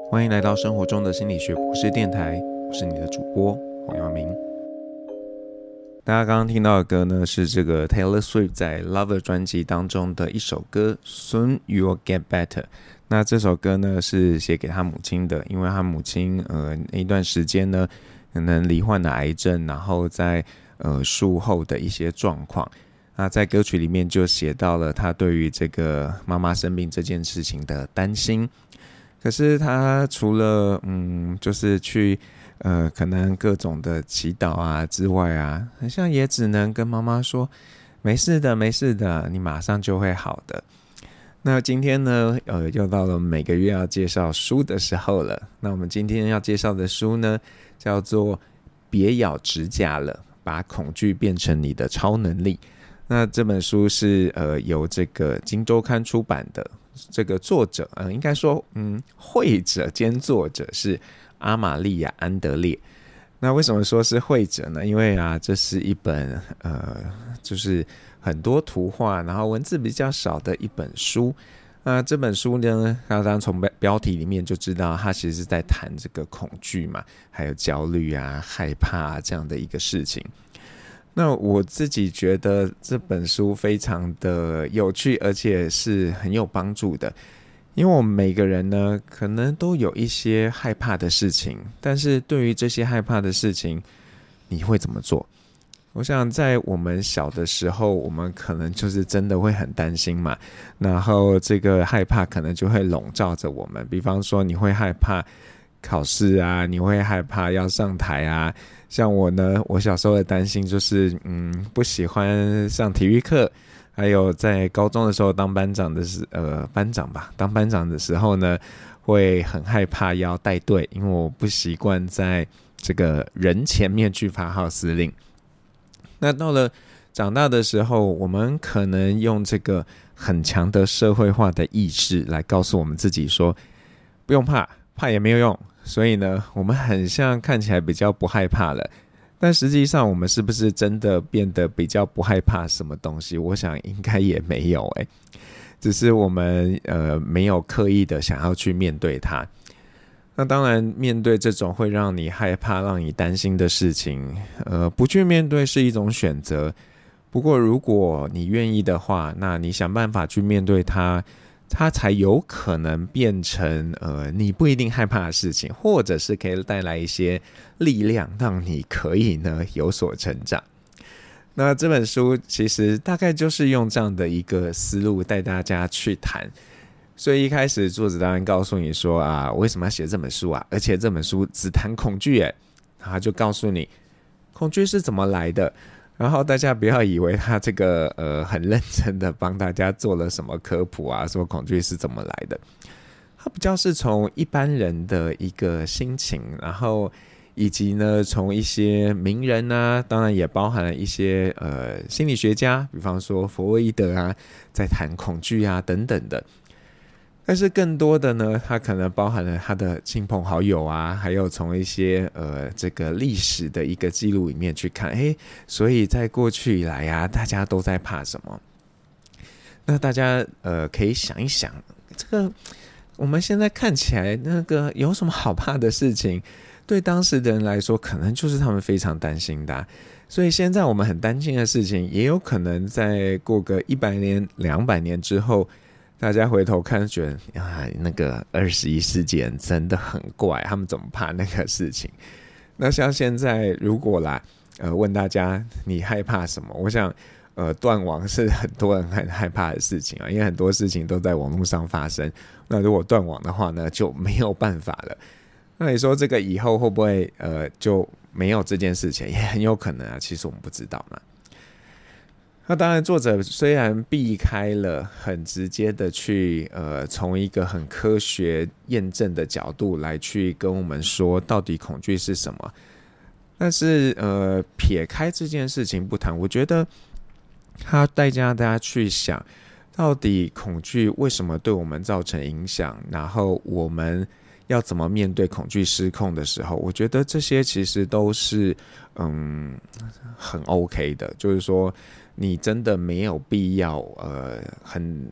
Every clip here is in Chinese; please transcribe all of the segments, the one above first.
欢迎来到生活中的心理学博士电台，我是你的主播黄耀明。大家刚刚听到的歌呢，是这个 Taylor Swift 在 Lover 专辑当中的一首歌 Soon You'll Get Better。 那这首歌呢是写给他母亲的，因为他母亲那一段时间呢可能罹患了癌症，然后在术后的一些状况。那在歌曲里面就写到了他对于这个妈妈生病这件事情的担心。可是他除了就是去可能各种的祈祷啊之外啊，好像也只能跟妈妈说没事的没事的，你马上就会好的。那今天呢又到了每个月要介绍书的时候了。那我们今天要介绍的书呢叫做别咬指甲了，把恐惧变成你的超能力。那这本书是由这个金周刊出版的，这个作者应该说绘者兼作者是阿玛利亚·安德烈。那为什么说是绘者呢？因为这是一本就是很多图画然后文字比较少的一本书。那这本书呢，刚刚从标题里面就知道它其实是在谈这个恐惧嘛，还有焦虑害怕这样的一个事情。那我自己觉得这本书非常的有趣，而且是很有帮助的。因为我们每个人呢可能都有一些害怕的事情，但是对于这些害怕的事情你会怎么做？我想在我们小的时候，我们可能就是真的会很担心嘛，然后这个害怕可能就会笼罩着我们。比方说你会害怕考试啊，你会害怕要上台啊。像我呢，我小时候的担心就是不喜欢上体育课，还有在高中的时候当班长的当班长的时候呢，会很害怕要带队，因为我不习惯在这个人前面去发号施令。那到了长大的时候，我们可能用这个很强的社会化的意识来告诉我们自己说，不用怕，怕也没有用。所以呢，我们很像看起来比较不害怕了，但实际上我们是不是真的变得比较不害怕什么东西？我想应该也没有只是我们没有刻意的想要去面对它。那当然，面对这种会让你害怕、让你担心的事情，不去面对是一种选择。不过，如果你愿意的话，那你想办法去面对它，它才有可能变成你不一定害怕的事情，或者是可以带来一些力量，让你可以呢有所成长。那这本书其实大概就是用这样的一个思路带大家去谈。所以一开始作者当然告诉你说为什么要写这本书而且这本书只谈恐惧他就告诉你恐惧是怎么来的。然后大家不要以为他这个很认真的帮大家做了什么科普说恐惧是怎么来的。他比较是从一般人的一个心情，然后以及呢从一些名人当然也包含了一些心理学家，比方说弗洛伊德在谈恐惧等等的。但是更多的呢，它可能包含了他的亲朋好友还有从一些这个历史的一个记录里面去看，所以在过去以来大家都在怕什么？那大家可以想一想，这个我们现在看起来那个有什么好怕的事情？对当时的人来说，可能就是他们非常担心的所以现在我们很担心的事情，也有可能在过个100年、200年之后。大家回头看觉得那个21世纪人真的很怪，他们怎么怕那个事情？那像现在如果问大家你害怕什么？我想断网是很多人很害怕的事情因为很多事情都在网络上发生。那如果断网的话呢，就没有办法了。那你说这个以后会不会就没有这件事情？也很有可能其实我们不知道嘛。那当然，作者虽然避开了很直接的去从一个很科学验证的角度来去跟我们说到底恐惧是什么，但是撇开这件事情不谈，我觉得他带大家去想，到底恐惧为什么对我们造成影响，然后我们要怎么面对恐惧失控的时候，我觉得这些其实都是很 OK 的，就是说你真的没有必要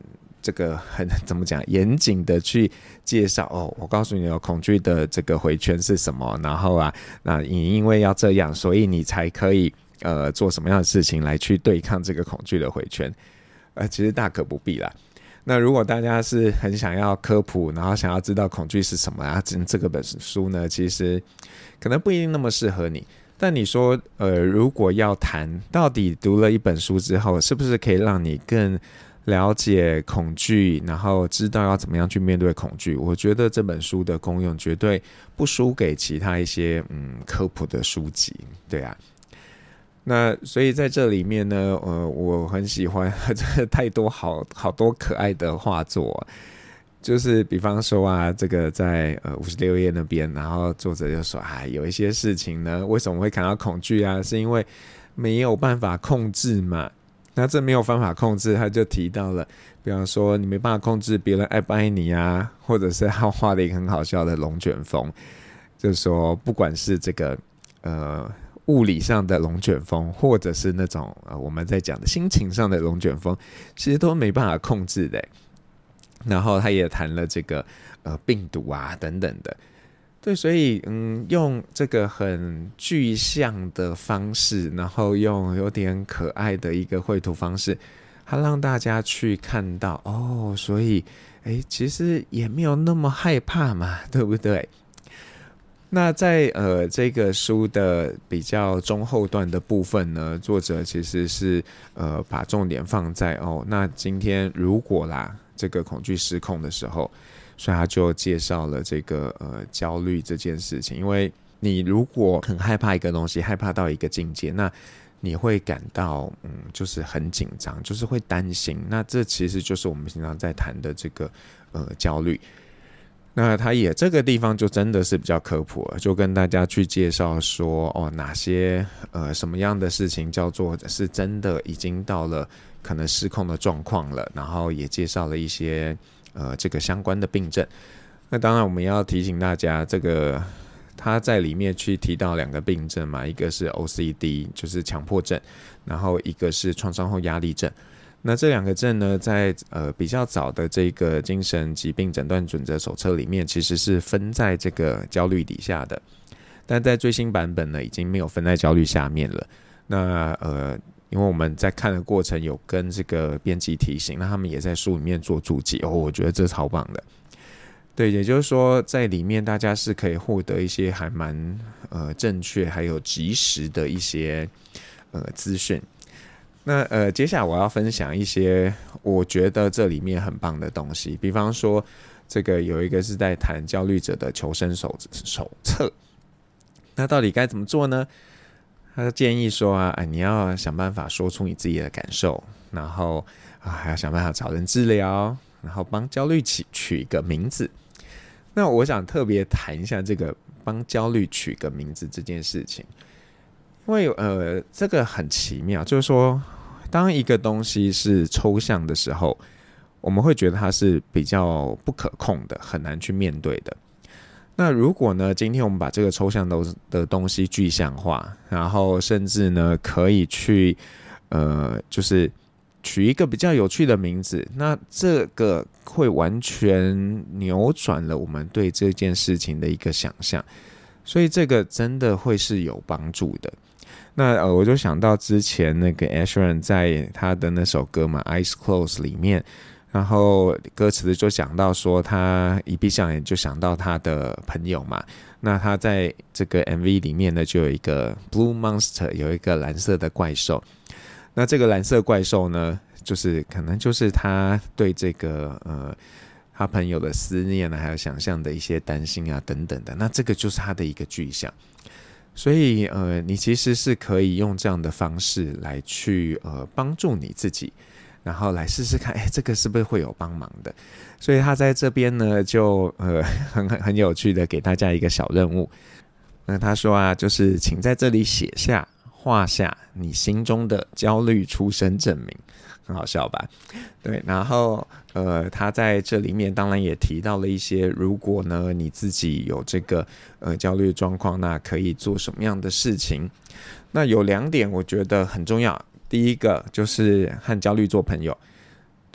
这个很怎么讲严谨的去介绍哦，我告诉你恐惧的这个回圈是什么，然后那你因为要这样，所以你才可以做什么样的事情来去对抗这个恐惧的回圈，其实大可不必啦。那如果大家是很想要科普，然后想要知道恐惧是什么这个本书呢，其实可能不一定那么适合你。但你说如果要谈到底读了一本书之后，是不是可以让你更了解恐惧，然后知道要怎么样去面对恐惧，我觉得这本书的功用绝对不输给其他一些科普的书籍，对啊。那所以在这里面呢，我很喜欢太多好多可爱的画作，就是比方说这个在56页那边，然后作者就说有一些事情呢，为什么会感到恐惧是因为没有办法控制嘛。那这没有办法控制，他就提到了，比方说你没办法控制别人爱不爱你或者是他画了一个很好笑的龙卷风，就是说不管是这个物理上的龙卷风，或者是那种我们在讲的心情上的龙卷风，其实都没办法控制的。然后他也谈了这个病毒等等的，对，所以用这个很具象的方式，然后用有点可爱的一个绘图方式，他让大家去看到所以其实也没有那么害怕嘛，对不对？那在这个书的比较中后段的部分呢，作者其实是把重点放在那今天如果这个恐惧失控的时候，所以他就介绍了这个焦虑这件事情。因为你如果很害怕一个东西，害怕到一个境界，那你会感到就是很紧张，就是会担心，那这其实就是我们平常在谈的这个焦虑。那他也这个地方就真的是比较科普了，就跟大家去介绍说哪些什么样的事情叫做是真的已经到了可能失控的状况了，然后也介绍了一些这个相关的病症。那当然我们要提醒大家，这个他在里面去提到2个病症嘛，一个是 OCD 就是强迫症，然后一个是创伤后压力症。那这2个症呢，在比较早的这个精神疾病诊断准则手册里面，其实是分在这个焦虑底下的，但在最新版本呢，已经没有分在焦虑下面了。那因为我们在看的过程有跟这个编辑提醒，那他们也在书里面做注记我觉得这超棒的。对，也就是说在里面大家是可以获得一些还蛮正确还有及时的一些资讯。那接下来我要分享一些我觉得这里面很棒的东西，比方说这个有一个是在谈焦虑者的求生手册。那到底该怎么做呢？他建议说你要想办法说出你自己的感受，然后还要想办法找人治疗，然后帮焦虑取一个名字。那我想特别谈一下这个帮焦虑取个名字这件事情，因为这个很奇妙，就是说当一个东西是抽象的时候，我们会觉得它是比较不可控的，很难去面对的。那如果呢，今天我们把这个抽象的东西具象化，然后甚至呢可以去就是取一个比较有趣的名字，那这个会完全扭转了我们对这件事情的一个想象，所以这个真的会是有帮助的。那我就想到之前那个 Ed Sheeran 在他的那首歌嘛 Eyes Closed 里面，然后歌词就讲到说他一闭上眼就想到他的朋友嘛，那他在这个 MV 里面呢就有一个 Blue Monster， 有一个蓝色的怪兽。那这个蓝色怪兽呢，就是可能就是他对这个他朋友的思念还有想象的一些担心等等的，那这个就是他的一个具象。所以你其实是可以用这样的方式来去帮助你自己，然后来试试看这个是不是会有帮忙的。所以他在这边呢就很有趣的给大家一个小任务。那他说就是请在这里画下你心中的焦虑出生证明，很好笑吧？对，然后他在这里面当然也提到了一些，如果呢你自己有这个焦虑状况，那可以做什么样的事情。那有2点我觉得很重要，第一个就是和焦虑做朋友。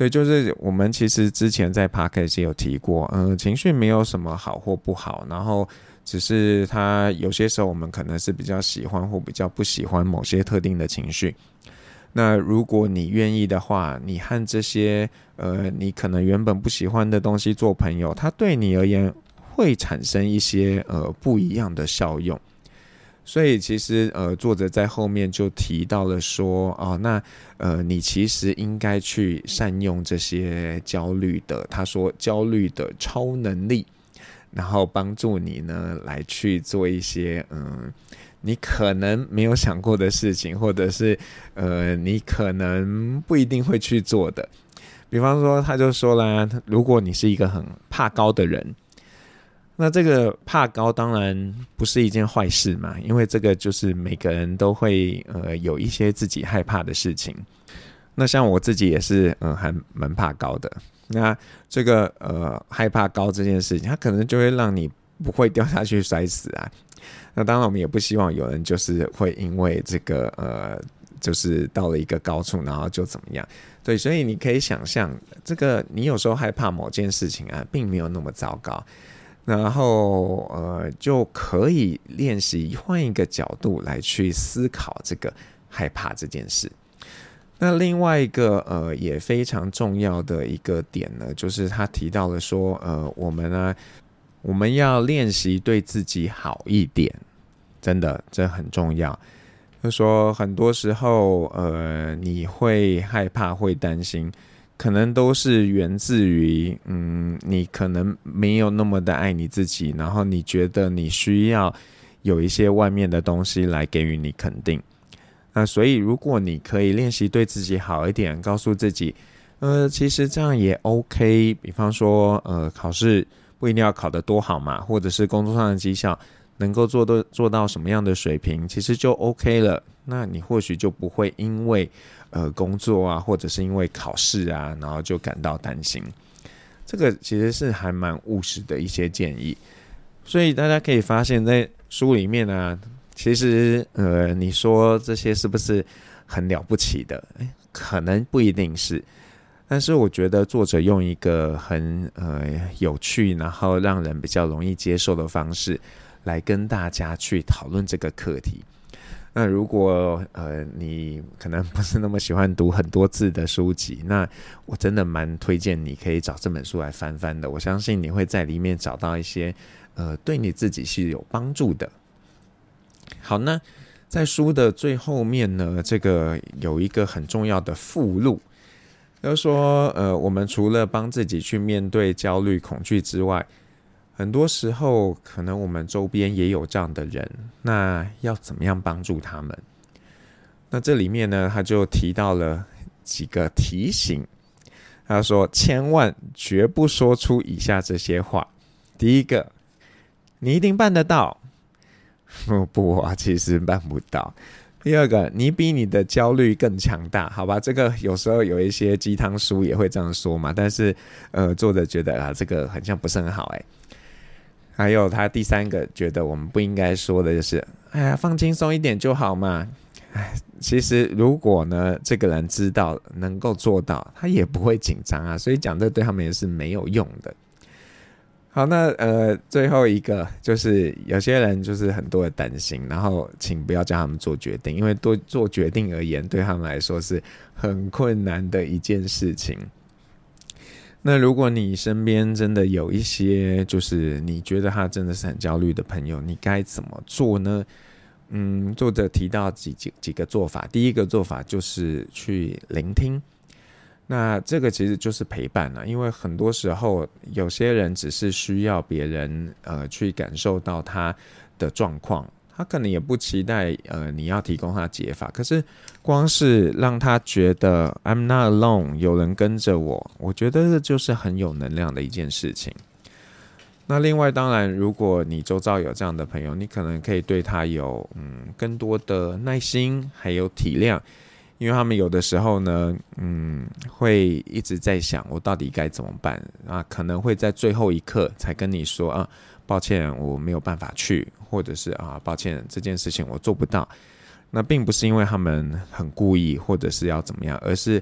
对，就是我们其实之前在 Podcast 也有提过，情绪没有什么好或不好，然后只是它有些时候我们可能是比较喜欢或比较不喜欢某些特定的情绪。那如果你愿意的话，你和这些你可能原本不喜欢的东西做朋友，它对你而言会产生一些不一样的效用。所以其实作者在后面就提到了说，你其实应该去善用这些焦虑的，他说焦虑的超能力，然后帮助你呢来去做一些你可能没有想过的事情，或者是你可能不一定会去做的。比方说他就说啦，如果你是一个很怕高的人，那这个怕高当然不是一件坏事嘛，因为这个就是每个人都会有一些自己害怕的事情。那像我自己也是还蛮怕高的。那这个害怕高这件事情，它可能就会让你不会掉下去摔死啊。那当然我们也不希望有人就是会因为这个就是到了一个高处然后就怎么样。对，所以你可以想象，这个你有时候害怕某件事情啊，并没有那么糟糕。然后就可以练习换一个角度来去思考这个害怕这件事。那另外一个也非常重要的一个点呢，就是他提到了说我们要练习对自己好一点，真的这很重要。就说很多时候你会害怕会担心，可能都是源自于你可能没有那么的爱你自己，然后你觉得你需要有一些外面的东西来给予你肯定。那所以如果你可以练习对自己好一点，告诉自己其实这样也 OK。 比方说考试不一定要考得多好嘛，或者是工作上的绩效能够做到什么样的水平，其实就 OK 了。那你或许就不会因为工作啊，或者是因为考试啊，然后就感到担心。这个其实是还蛮务实的一些建议。所以大家可以发现在书里面啊，其实你说这些是不是很了不起的？可能不一定是，但是我觉得作者用一个很有趣，然后让人比较容易接受的方式来跟大家去讨论这个课题。那如果你可能不是那么喜欢读很多字的书籍，那我真的蛮推荐你可以找这本书来翻翻的。我相信你会在里面找到一些对你自己是有帮助的。好，那在书的最后面呢，这个有一个很重要的附录，就是说我们除了帮自己去面对焦虑恐惧之外，很多时候可能我们周边也有这样的人，那要怎么样帮助他们？那这里面呢，他就提到了几个提醒。他说千万绝不说出以下这些话。第一个，你一定办得到。不啊，其实办不到。第二个，你比你的焦虑更强大。好吧，这个有时候有一些鸡汤书也会这样说嘛，但是作者觉得这个好像不是很好。还有他第三个觉得我们不应该说的就是放轻松一点就好嘛。其实如果呢这个人知道能够做到，他也不会紧张啊，所以讲这对他们也是没有用的。好，那最后一个就是有些人就是很多的担心，然后请不要叫他们做决定，因为做决定而言对他们来说是很困难的一件事情。那如果你身边真的有一些就是你觉得他真的是很焦虑的朋友，你该怎么做呢？作者提到几个做法。第一个做法就是去聆听。那这个其实就是陪伴啊，因为很多时候有些人只是需要别人去感受到他的状况，他可能也不期待你要提供他解法，可是光是让他觉得 I'm not alone， 有人跟着我，我觉得这就是很有能量的一件事情。那另外当然如果你周遭有这样的朋友，你可能可以对他有更多的耐心还有体谅，因为他们有的时候呢会一直在想我到底该怎么办啊，可能会在最后一刻才跟你说抱歉我没有办法去，或者是抱歉这件事情我做不到。那并不是因为他们很故意或者是要怎么样，而是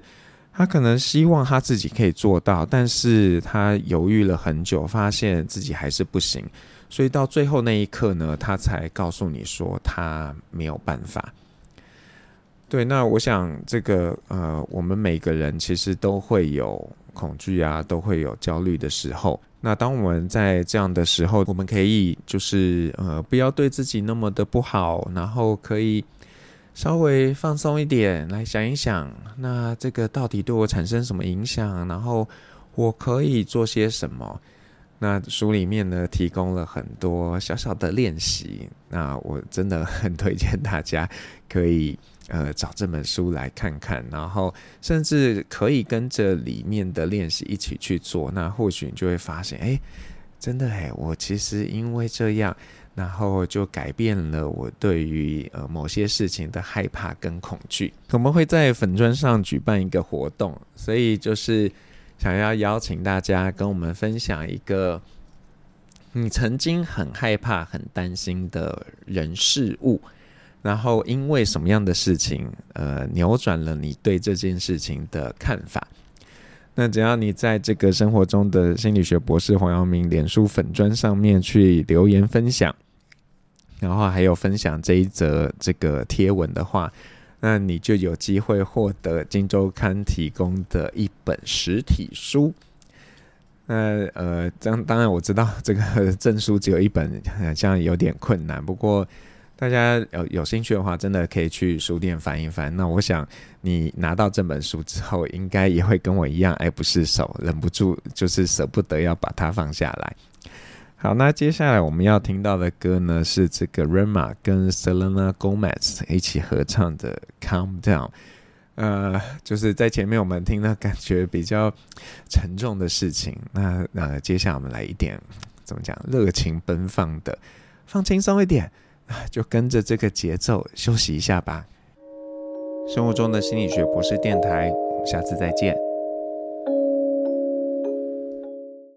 他可能希望他自己可以做到，但是他犹豫了很久，发现自己还是不行，所以到最后那一刻呢，他才告诉你说他没有办法。对，那我想这个我们每个人其实都会有恐惧啊，都会有焦虑的时候。那当我们在这样的时候，我们可以就是不要对自己那么的不好，然后可以稍微放松一点，来想一想，那这个到底对我产生什么影响，然后我可以做些什么。那书里面呢提供了很多小小的练习，那我真的很推荐大家可以找这本书来看看，然后甚至可以跟着里面的练习一起去做，那或许你就会发现真的我其实因为这样，然后就改变了我对于某些事情的害怕跟恐惧。我们会在粉专上举办一个活动，所以就是想要邀请大家跟我们分享一个你曾经很害怕很担心的人事物，然后因为什么样的事情扭转了你对这件事情的看法。那只要你在这个生活中的心理学博士黄阳明脸书粉专上面去留言分享，然后还有分享这一则这个贴文的话，那你就有机会获得今周刊提供的一本实体书。那当然我知道这个证书只有一本，这样有点困难，不过大家有兴趣的话，真的可以去书店翻一翻。那我想你拿到这本书之后，应该也会跟我一样爱不释手，忍不住就是舍不得要把它放下来。好，那接下来我们要听到的歌呢，是这个 Rema 跟 Selena Gomez 一起合唱的 Calm Down。就是在前面我们听到感觉比较沉重的事情，那接下来我们来一点怎么讲，热情奔放的，放轻松一点，就跟着这个节奏休息一下吧。生活中的心理学博士电台，我们下次再见。